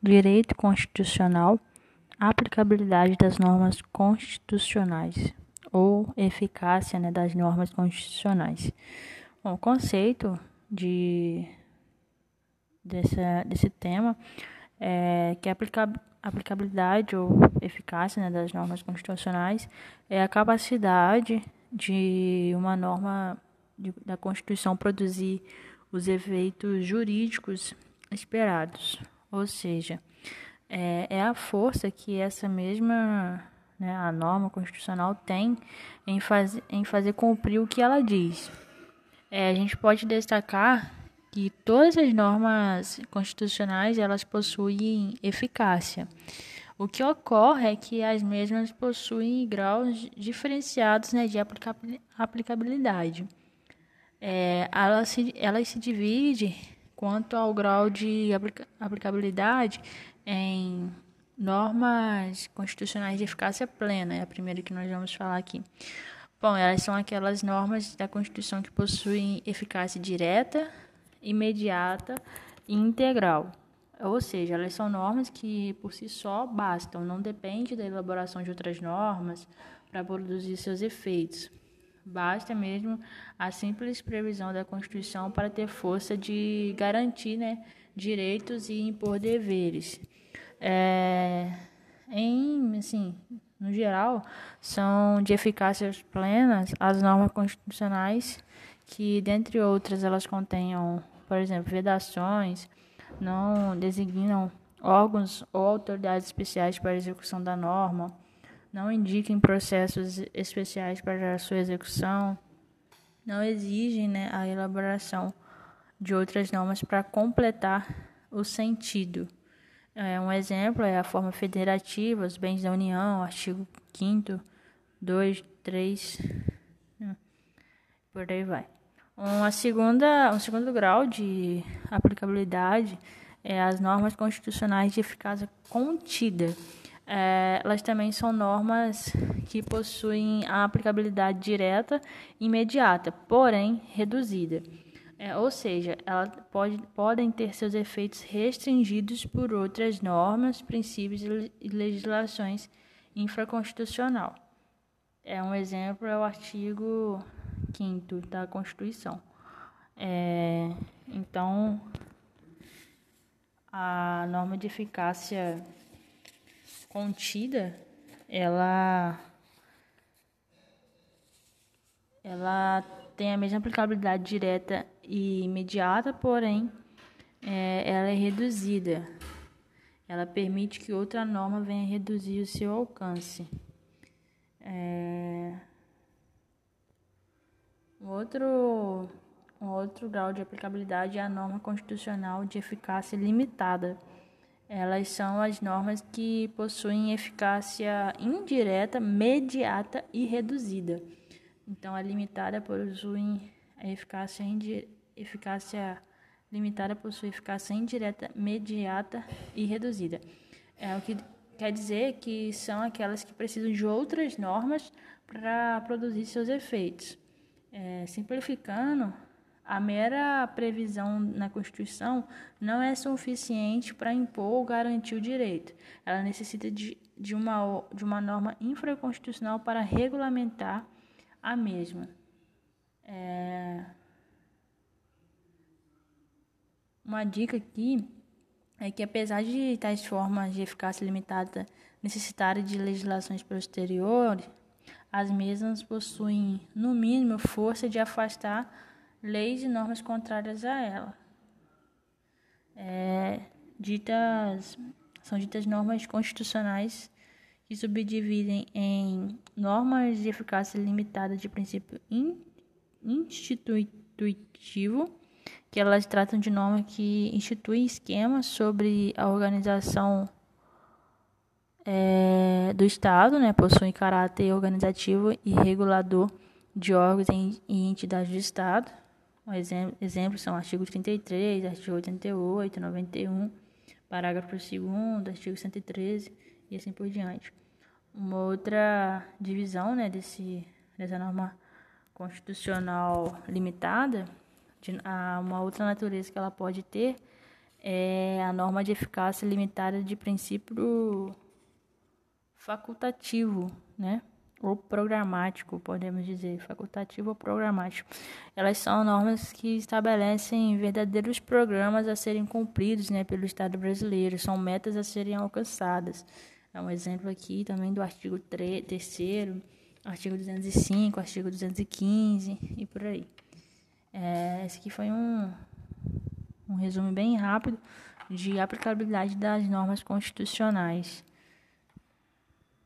Direito constitucional, aplicabilidade das normas constitucionais ou eficácia, das normas constitucionais. Bom, o conceito desse tema é que a aplicabilidade ou eficácia, das normas constitucionais é a capacidade de uma norma da Constituição produzir os efeitos jurídicos esperados, ou seja, é a força que essa mesma, a norma constitucional tem em fazer cumprir o que ela diz. A gente pode destacar que todas as normas constitucionais elas possuem eficácia. O que ocorre é que as mesmas possuem graus diferenciados, de aplicabilidade. Elas se dividem quanto ao grau de aplicabilidade em normas constitucionais de eficácia plena, é a primeira que nós vamos falar aqui. Bom, elas são aquelas normas da Constituição que possuem eficácia direta, imediata e integral. Ou seja, elas são normas que por si só bastam, não depende da elaboração de outras normas para produzir seus efeitos. Basta mesmo a simples previsão da Constituição para ter força de garantir, direitos e impor deveres. No geral, são de eficácia plena as normas constitucionais que, dentre outras, elas contenham, por exemplo, vedações, não designam órgãos ou autoridades especiais para a execução da norma, não indiquem processos especiais para a sua execução, não exigem a elaboração de outras normas para completar o sentido. Um exemplo é a forma federativa, os bens da União, artigo 5º, 2, 3, por aí vai. Um segundo grau de aplicabilidade é as normas constitucionais de eficácia contida. Elas também são normas que possuem a aplicabilidade direta e imediata, porém reduzida. Ou seja, elas podem ter seus efeitos restringidos por outras normas, princípios e legislações infraconstitucional. Um exemplo é o artigo 5º da Constituição. Então, a norma de eficácia contida, ela tem a mesma aplicabilidade direta e imediata, porém, ela é reduzida. Ela permite que outra norma venha reduzir o seu alcance. Um outro grau de aplicabilidade é a norma constitucional de eficácia limitada. Elas são as normas que possuem eficácia indireta, imediata e reduzida. Então, a limitada possui a eficácia limitada possui eficácia indireta, imediata e reduzida. O que quer dizer que são aquelas que precisam de outras normas para produzir seus efeitos. Simplificando, a mera previsão na Constituição não é suficiente para impor ou garantir o direito. Ela necessita de uma norma infraconstitucional para regulamentar a mesma. Uma dica aqui é que, apesar de tais formas de eficácia limitada necessitarem de legislações posteriores, as mesmas possuem, no mínimo, força de afastar leis e normas contrárias a ela. São ditas normas constitucionais que subdividem em normas de eficácia limitada de princípio institutivo, que elas tratam de normas que instituem esquemas sobre a organização do Estado, possuem caráter organizativo e regulador de órgãos e entidades do Estado. Exemplos são artigo 33, artigo 88, 91, parágrafo 2º, artigo 113 e assim por diante. Uma outra divisão dessa norma constitucional limitada, uma outra natureza que ela pode ter é a norma de eficácia limitada de princípio facultativo, né? Ou programático, podemos dizer, facultativo ou programático. Elas são normas que estabelecem verdadeiros programas a serem cumpridos, né, pelo Estado brasileiro, são metas a serem alcançadas. É um exemplo aqui também do artigo 3º, artigo 205, artigo 215 e por aí. Esse aqui foi um resumo bem rápido de aplicabilidade das normas constitucionais.